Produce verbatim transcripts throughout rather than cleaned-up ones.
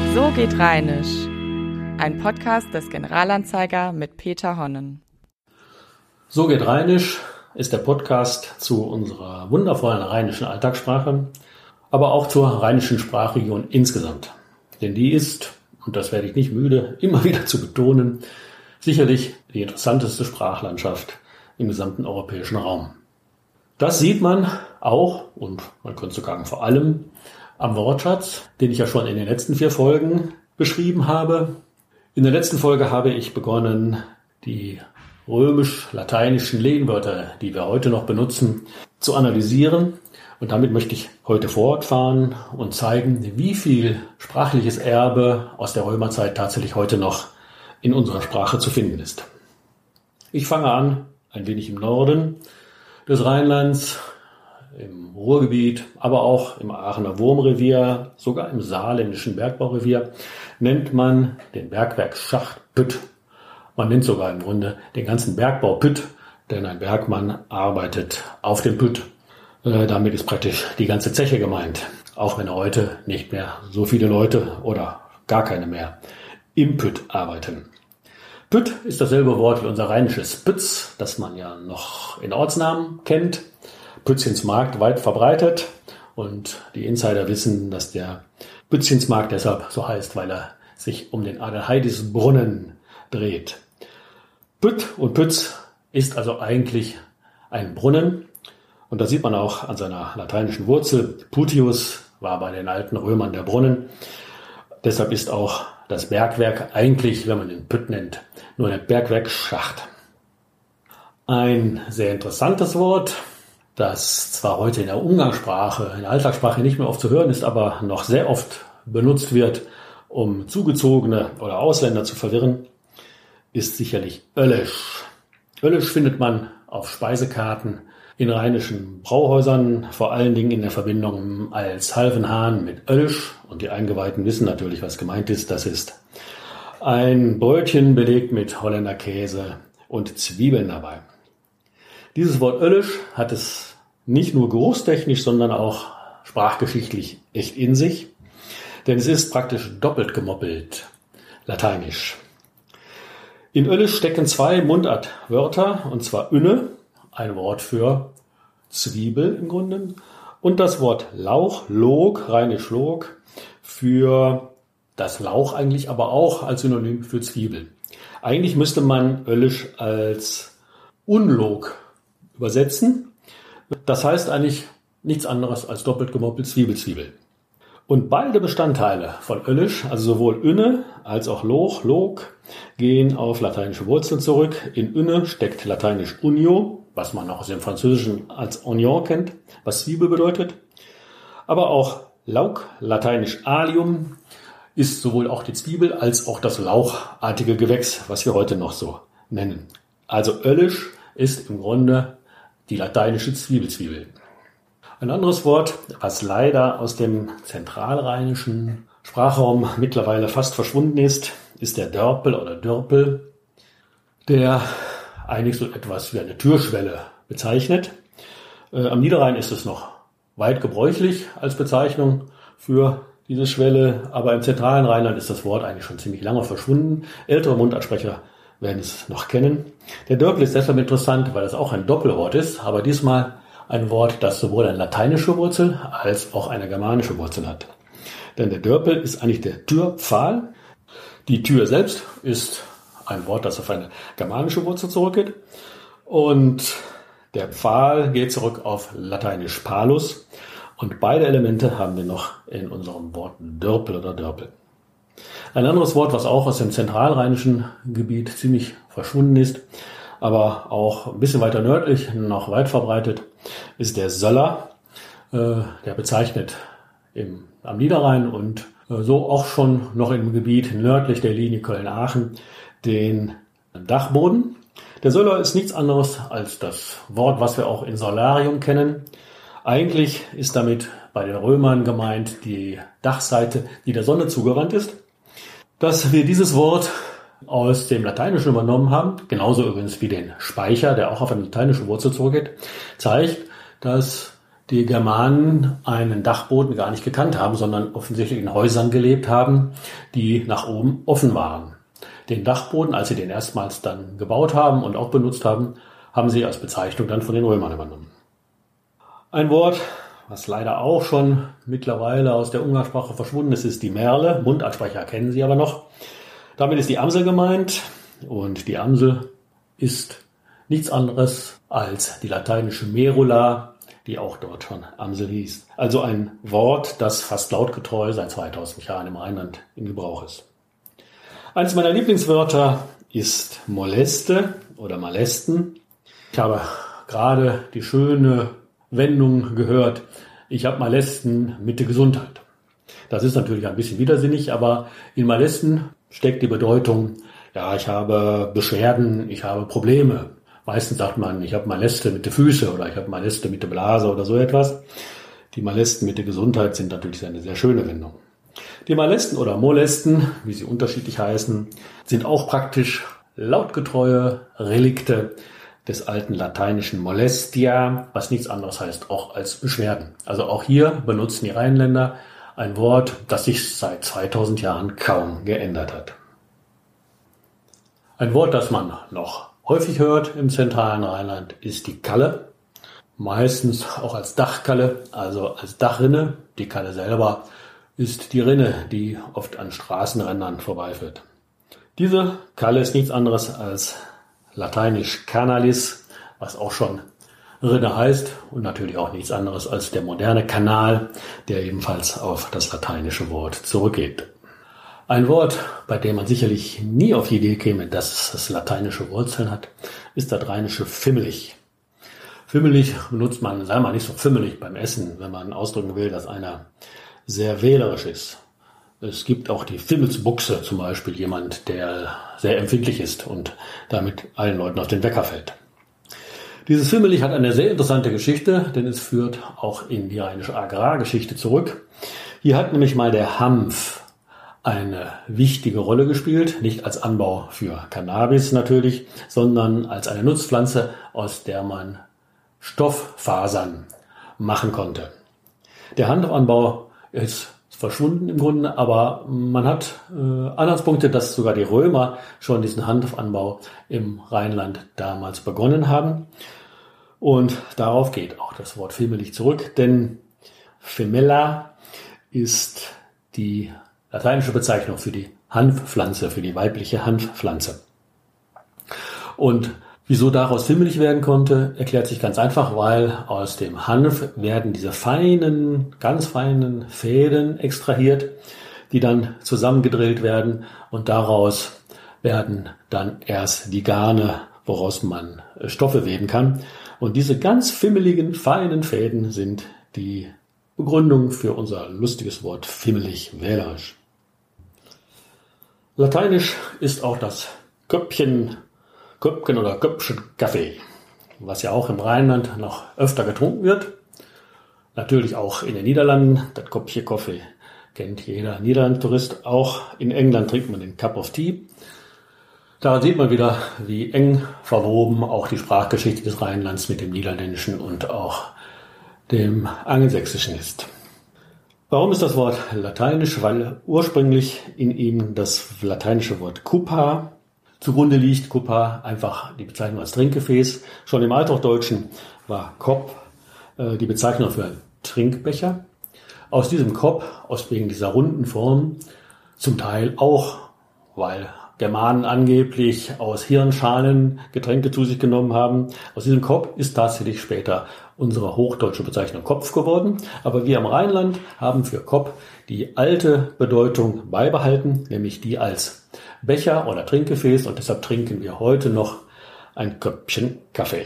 So geht Rheinisch. Ein Podcast des Generalanzeiger mit Peter Honnen. So geht Rheinisch ist der Podcast zu unserer wundervollen rheinischen Alltagssprache, aber auch zur rheinischen Sprachregion insgesamt. Denn die ist, und das werde ich nicht müde, immer wieder zu betonen, sicherlich die interessanteste Sprachlandschaft im gesamten europäischen Raum. Das sieht man auch, und man könnte sogar vor allem, am Wortschatz, den ich ja schon in den letzten vier Folgen beschrieben habe. In der letzten Folge habe ich begonnen, die römisch-lateinischen Lehnwörter, die wir heute noch benutzen, zu analysieren. Und damit möchte ich heute fortfahren und zeigen, wie viel sprachliches Erbe aus der Römerzeit tatsächlich heute noch in unserer Sprache zu finden ist. Ich fange an, ein wenig im Norden des Rheinlands, im Ruhrgebiet, aber auch im Aachener Wurmrevier, sogar im saarländischen Bergbaurevier, nennt man den Bergwerksschacht Pütt. Man nennt sogar im Grunde den ganzen Bergbau Pütt, denn ein Bergmann arbeitet auf dem Pütt. Äh, damit ist praktisch die ganze Zeche gemeint, auch wenn heute nicht mehr so viele Leute oder gar keine mehr im Pütt arbeiten. Pütt ist dasselbe Wort wie unser rheinisches Pütz, das man ja noch in Ortsnamen kennt. Pützchensmarkt weit verbreitet, und die Insider wissen, dass der Pützchensmarkt deshalb so heißt, weil er sich um den Adelheidisbrunnen dreht. Pütt und Pütz ist also eigentlich ein Brunnen, und da sieht man auch an seiner lateinischen Wurzel. Putius war bei den alten Römern der Brunnen. Deshalb ist auch das Bergwerk eigentlich, wenn man den Pütt nennt, nur der Bergwerksschacht. Ein sehr interessantes Wort, das zwar heute in der Umgangssprache, in der Alltagssprache nicht mehr oft zu hören ist, aber noch sehr oft benutzt wird, um Zugezogene oder Ausländer zu verwirren, ist sicherlich Oellisch. Oellisch findet man auf Speisekarten in rheinischen Brauhäusern, vor allen Dingen in der Verbindung als Halvenhahn mit Oellisch. Und die Eingeweihten wissen natürlich, was gemeint ist. Das ist ein Brötchen belegt mit Holländerkäse und Zwiebeln dabei. Dieses Wort Oellisch hat es nicht nur geruchstechnisch, sondern auch sprachgeschichtlich echt in sich, denn es ist praktisch doppelt gemoppelt, lateinisch. In Oellisch stecken zwei Mundartwörter, und zwar Ünne, ein Wort für Zwiebel im Grunde, und das Wort Lauch, Log, rheinisch Log, für das Lauch eigentlich, aber auch als Synonym für Zwiebel. Eigentlich müsste man Oellisch als Unlog übersetzen. Das heißt eigentlich nichts anderes als doppelt gemoppelt Zwiebel, Zwiebel. Und beide Bestandteile von Oellisch, also sowohl Ünne als auch Loch, Log, gehen auf lateinische Wurzeln zurück. In Ünne steckt lateinisch unio, was man auch aus dem Französischen als oignon kennt, was Zwiebel bedeutet. Aber auch Lauk, lateinisch allium, ist sowohl auch die Zwiebel als auch das lauchartige Gewächs, was wir heute noch so nennen. Also Oellisch ist im Grunde die lateinische Zwiebelzwiebel. Ein anderes Wort, was leider aus dem zentralrheinischen Sprachraum mittlerweile fast verschwunden ist, ist der Dörpel oder Dörpel, der eigentlich so etwas wie eine Türschwelle bezeichnet. Äh, am Niederrhein ist es noch weit gebräuchlich als Bezeichnung für diese Schwelle, aber im zentralen Rheinland ist das Wort eigentlich schon ziemlich lange verschwunden. Ältere Mundartsprecher werden es noch kennen. Der Dörpel ist deshalb interessant, weil es auch ein Doppelwort ist, aber diesmal ein Wort, das sowohl eine lateinische Wurzel als auch eine germanische Wurzel hat. Denn der Dörpel ist eigentlich der Türpfahl. Die Tür selbst ist ein Wort, das auf eine germanische Wurzel zurückgeht. Und der Pfahl geht zurück auf lateinisch Palus. Und beide Elemente haben wir noch in unserem Wort Dörpel oder Dörpel. Ein anderes Wort, was auch aus dem zentralrheinischen Gebiet ziemlich verschwunden ist, aber auch ein bisschen weiter nördlich noch weit verbreitet, ist der Söller. Äh, der bezeichnet im, am Niederrhein und äh, so auch schon noch im Gebiet nördlich der Linie Köln-Aachen den Dachboden. Der Söller ist nichts anderes als das Wort, was wir auch in Solarium kennen. Eigentlich ist damit bei den Römern gemeint die Dachseite, die der Sonne zugewandt ist. Dass wir dieses Wort aus dem Lateinischen übernommen haben, genauso übrigens wie den Speicher, der auch auf eine lateinische Wurzel zurückgeht, zeigt, dass die Germanen einen Dachboden gar nicht gekannt haben, sondern offensichtlich in Häusern gelebt haben, die nach oben offen waren. Den Dachboden, als sie den erstmals dann gebaut haben und auch benutzt haben, haben sie als Bezeichnung dann von den Römern übernommen. Ein Wort, was leider auch schon mittlerweile aus der Umgangssprache verschwunden ist, ist die Merle. Mundartsprecher kennen sie aber noch. Damit ist die Amsel gemeint, und die Amsel ist nichts anderes als die lateinische Merula, die auch dort schon Amsel hieß. Also ein Wort, das fast lautgetreu seit zweitausend Jahren im Rheinland in Gebrauch ist. Eines meiner Lieblingswörter ist moleste oder molesten. Ich habe gerade die schöne Wendung gehört, ich habe molesten mit der Gesundheit. Das ist natürlich ein bisschen widersinnig, aber in molesten steckt die Bedeutung, ja, ich habe Beschwerden, ich habe Probleme. Meistens sagt man, ich habe Moleste mit den Füßen oder ich habe Moleste mit der Blase oder so etwas. Die Molesten mit der Gesundheit sind natürlich eine sehr schöne Wendung. Die Molesten oder Molesten, wie sie unterschiedlich heißen, sind auch praktisch lautgetreue Relikte des alten lateinischen molestia, was nichts anderes heißt auch als Beschwerden. Also auch hier benutzen die Rheinländer ein Wort, das sich seit zweitausend Jahren kaum geändert hat. Ein Wort, das man noch häufig hört im zentralen Rheinland, ist die Kalle. Meistens auch als Dachkalle, also als Dachrinne. Die Kalle selber ist die Rinne, die oft an Straßenrändern vorbeiführt. Diese Kalle ist nichts anderes als lateinisch canalis, was auch schon Rinne heißt, und natürlich auch nichts anderes als der moderne Kanal, der ebenfalls auf das lateinische Wort zurückgeht. Ein Wort, bei dem man sicherlich nie auf die Idee käme, dass es lateinische Wurzeln hat, ist das rheinische fimmelig. Fimmelig benutzt man, sei mal nicht so fimmelig beim Essen, wenn man ausdrücken will, dass einer sehr wählerisch ist. Es gibt auch die Fimmelsbuchse, zum Beispiel jemand, der sehr empfindlich ist und damit allen Leuten auf den Wecker fällt. Dieses Fimmelig hat eine sehr interessante Geschichte, denn es führt auch in die rheinische Agrargeschichte zurück. Hier hat nämlich mal der Hanf eine wichtige Rolle gespielt, nicht als Anbau für Cannabis natürlich, sondern als eine Nutzpflanze, aus der man Stofffasern machen konnte. Der Hanfanbau ist verschwunden im Grunde, aber man hat äh, Anhaltspunkte, dass sogar die Römer schon diesen Hanfanbau im Rheinland damals begonnen haben. Und darauf geht auch das Wort fimmelig zurück, denn Femella ist die lateinische Bezeichnung für die Hanfpflanze, für die weibliche Hanfpflanze. Und wieso daraus fimmelig werden konnte, erklärt sich ganz einfach, weil aus dem Hanf werden diese feinen, ganz feinen Fäden extrahiert, die dann zusammengedrillt werden, und daraus werden dann erst die Garne, woraus man Stoffe weben kann. Und diese ganz fimmeligen, feinen Fäden sind die Begründung für unser lustiges Wort fimmelig, wählerisch. Lateinisch ist auch das Köppchen, Köpken oder Köpfchen Kaffee, was ja auch im Rheinland noch öfter getrunken wird. Natürlich auch in den Niederlanden, das Köpfchen Kaffee kennt jeder Niederland-Tourist. Auch in England trinkt man den Cup of Tea. Da sieht man wieder, wie eng verwoben auch die Sprachgeschichte des Rheinlands mit dem Niederländischen und auch dem Angelsächsischen ist. Warum ist das Wort lateinisch? Weil ursprünglich in ihm das lateinische Wort Cupa zugrunde liegt. Cupa, einfach die Bezeichnung als Trinkgefäß. Schon im Althochdeutschen war Kop äh, die Bezeichnung für einen Trinkbecher. Aus diesem Kop, aus wegen dieser runden Form, zum Teil auch, weil Germanen angeblich aus Hirnschalen Getränke zu sich genommen haben. Aus diesem Kop ist tatsächlich später unsere hochdeutsche Bezeichnung Kopf geworden. Aber wir im Rheinland haben für Kop die alte Bedeutung beibehalten, nämlich die als Becher oder Trinkgefäß, und deshalb trinken wir heute noch ein Köpfchen Kaffee.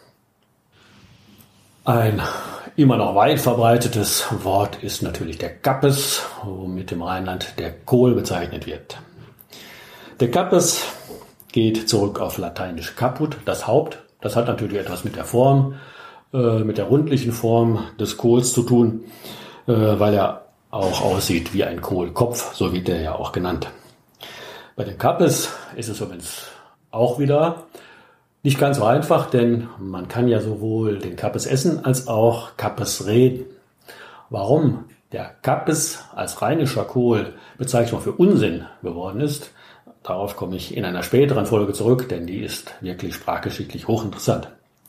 Ein immer noch weit verbreitetes Wort ist natürlich der Kappes, womit im Rheinland der Kohl bezeichnet wird. Der Kappes geht zurück auf lateinisch caput, das Haupt. Das hat natürlich etwas mit der Form, äh, mit der rundlichen Form des Kohls zu tun, äh, weil er auch aussieht wie ein Kohlkopf, so wird er ja auch genannt. Bei dem Kappes ist es übrigens auch wieder Nicht ganz so einfach, denn man kann ja sowohl den Kappes essen als auch Kappes reden. Warum der Kappes als rheinischer Kohl Bezeichnung für Unsinn geworden ist, darauf komme ich in einer späteren Folge zurück, denn die ist wirklich sprachgeschichtlich hochinteressant.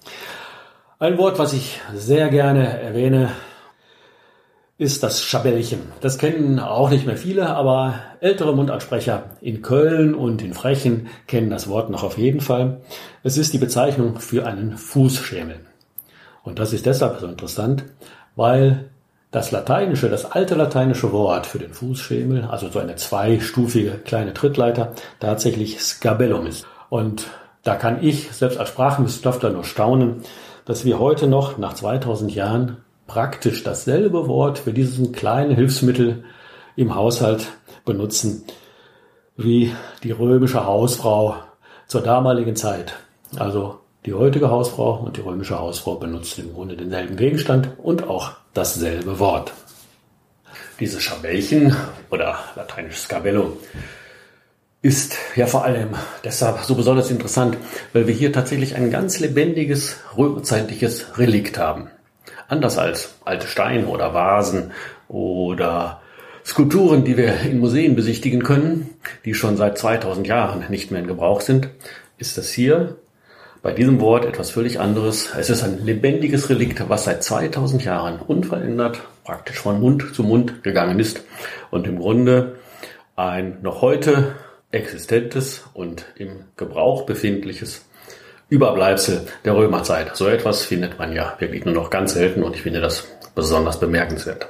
Ein Wort, was ich sehr gerne erwähne, ist das Schabellchen. Das kennen auch nicht mehr viele, aber ältere Mundartsprecher in Köln und in Frechen kennen das Wort noch auf jeden Fall. Es ist die Bezeichnung für einen Fußschemel. Und das ist deshalb so interessant, weil das lateinische, das alte lateinische Wort für den Fußschemel, also so eine zweistufige kleine Trittleiter, tatsächlich Scabellum ist. Und da kann ich selbst als Sprachwissenschaftler nur staunen, dass wir heute noch nach zweitausend Jahren praktisch dasselbe Wort für diesen kleinen Hilfsmittel im Haushalt benutzen wie die römische Hausfrau zur damaligen Zeit. Also die heutige Hausfrau und die römische Hausfrau benutzen im Grunde denselben Gegenstand und auch dasselbe Wort. Dieses Schabellchen oder lateinisch Scabellum ist ja vor allem deshalb so besonders interessant, weil wir hier tatsächlich ein ganz lebendiges römerzeitliches Relikt haben. Anders als alte Steine oder Vasen oder Skulpturen, die wir in Museen besichtigen können, die schon seit zweitausend Jahren nicht mehr in Gebrauch sind, ist das hier bei diesem Wort etwas völlig anderes. Es ist ein lebendiges Relikt, was seit zweitausend Jahren unverändert praktisch von Mund zu Mund gegangen ist und im Grunde ein noch heute existentes und im Gebrauch befindliches Überbleibsel der Römerzeit. So etwas findet man ja wirklich nur noch ganz selten und ich finde das besonders bemerkenswert.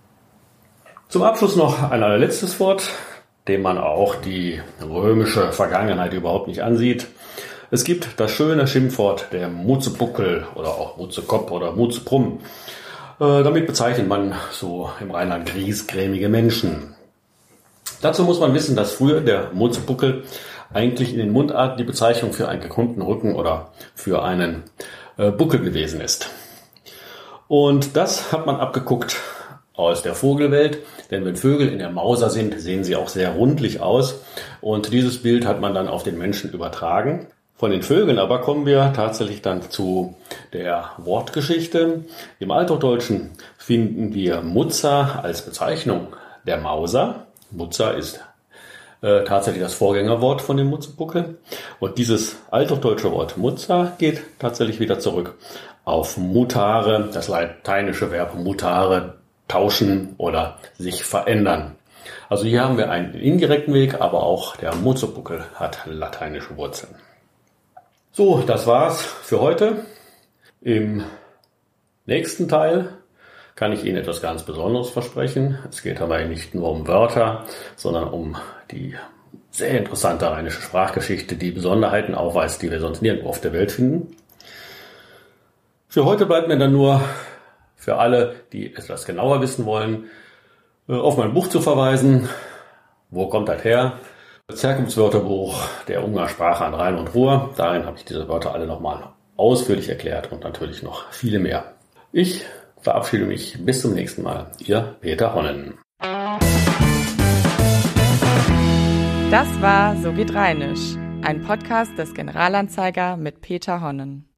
Zum Abschluss noch ein allerletztes Wort, dem man auch die römische Vergangenheit überhaupt nicht ansieht. Es gibt das schöne Schimpfwort der Mutzebuckel oder auch Mutzekopf oder Mutzebrumm. Äh, damit bezeichnet man so im Rheinland griesgrämige Menschen. Dazu muss man wissen, dass früher der Mutzebuckel eigentlich in den Mundarten die Bezeichnung für einen gekrümmten Rücken oder für einen äh, Buckel gewesen ist. Und das hat man abgeguckt aus der Vogelwelt, denn wenn Vögel in der Mauser sind, sehen sie auch sehr rundlich aus und dieses Bild hat man dann auf den Menschen übertragen. Von den Vögeln aber kommen wir tatsächlich dann zu der Wortgeschichte. Im Althochdeutschen finden wir Mutzer als Bezeichnung der Mauser. Mutzer ist Äh, tatsächlich das Vorgängerwort von dem Mutzebuckel. Und dieses althochdeutsche Wort Mutzer geht tatsächlich wieder zurück auf mutare, das lateinische Verb mutare, tauschen oder sich verändern. Also hier haben wir einen indirekten Weg, aber auch der Mutzebuckel hat lateinische Wurzeln. So, das war's für heute. Im nächsten Teil kann ich Ihnen etwas ganz Besonderes versprechen. Es geht dabei nicht nur um Wörter, sondern um die sehr interessante rheinische Sprachgeschichte, die Besonderheiten aufweist, die wir sonst nirgendwo auf der Welt finden. Für heute bleibt mir dann nur für alle, die etwas genauer wissen wollen, auf mein Buch zu verweisen. Wo kommt das her? Das Herkunftswörterbuch der Umgangssprache an Rhein und Ruhr. Darin habe ich diese Wörter alle nochmal ausführlich erklärt und natürlich noch viele mehr. Ich verabschiede mich bis zum nächsten Mal. Ihr Peter Honnen. Das war So geht Rheinisch, ein Podcast des Generalanzeiger mit Peter Honnen.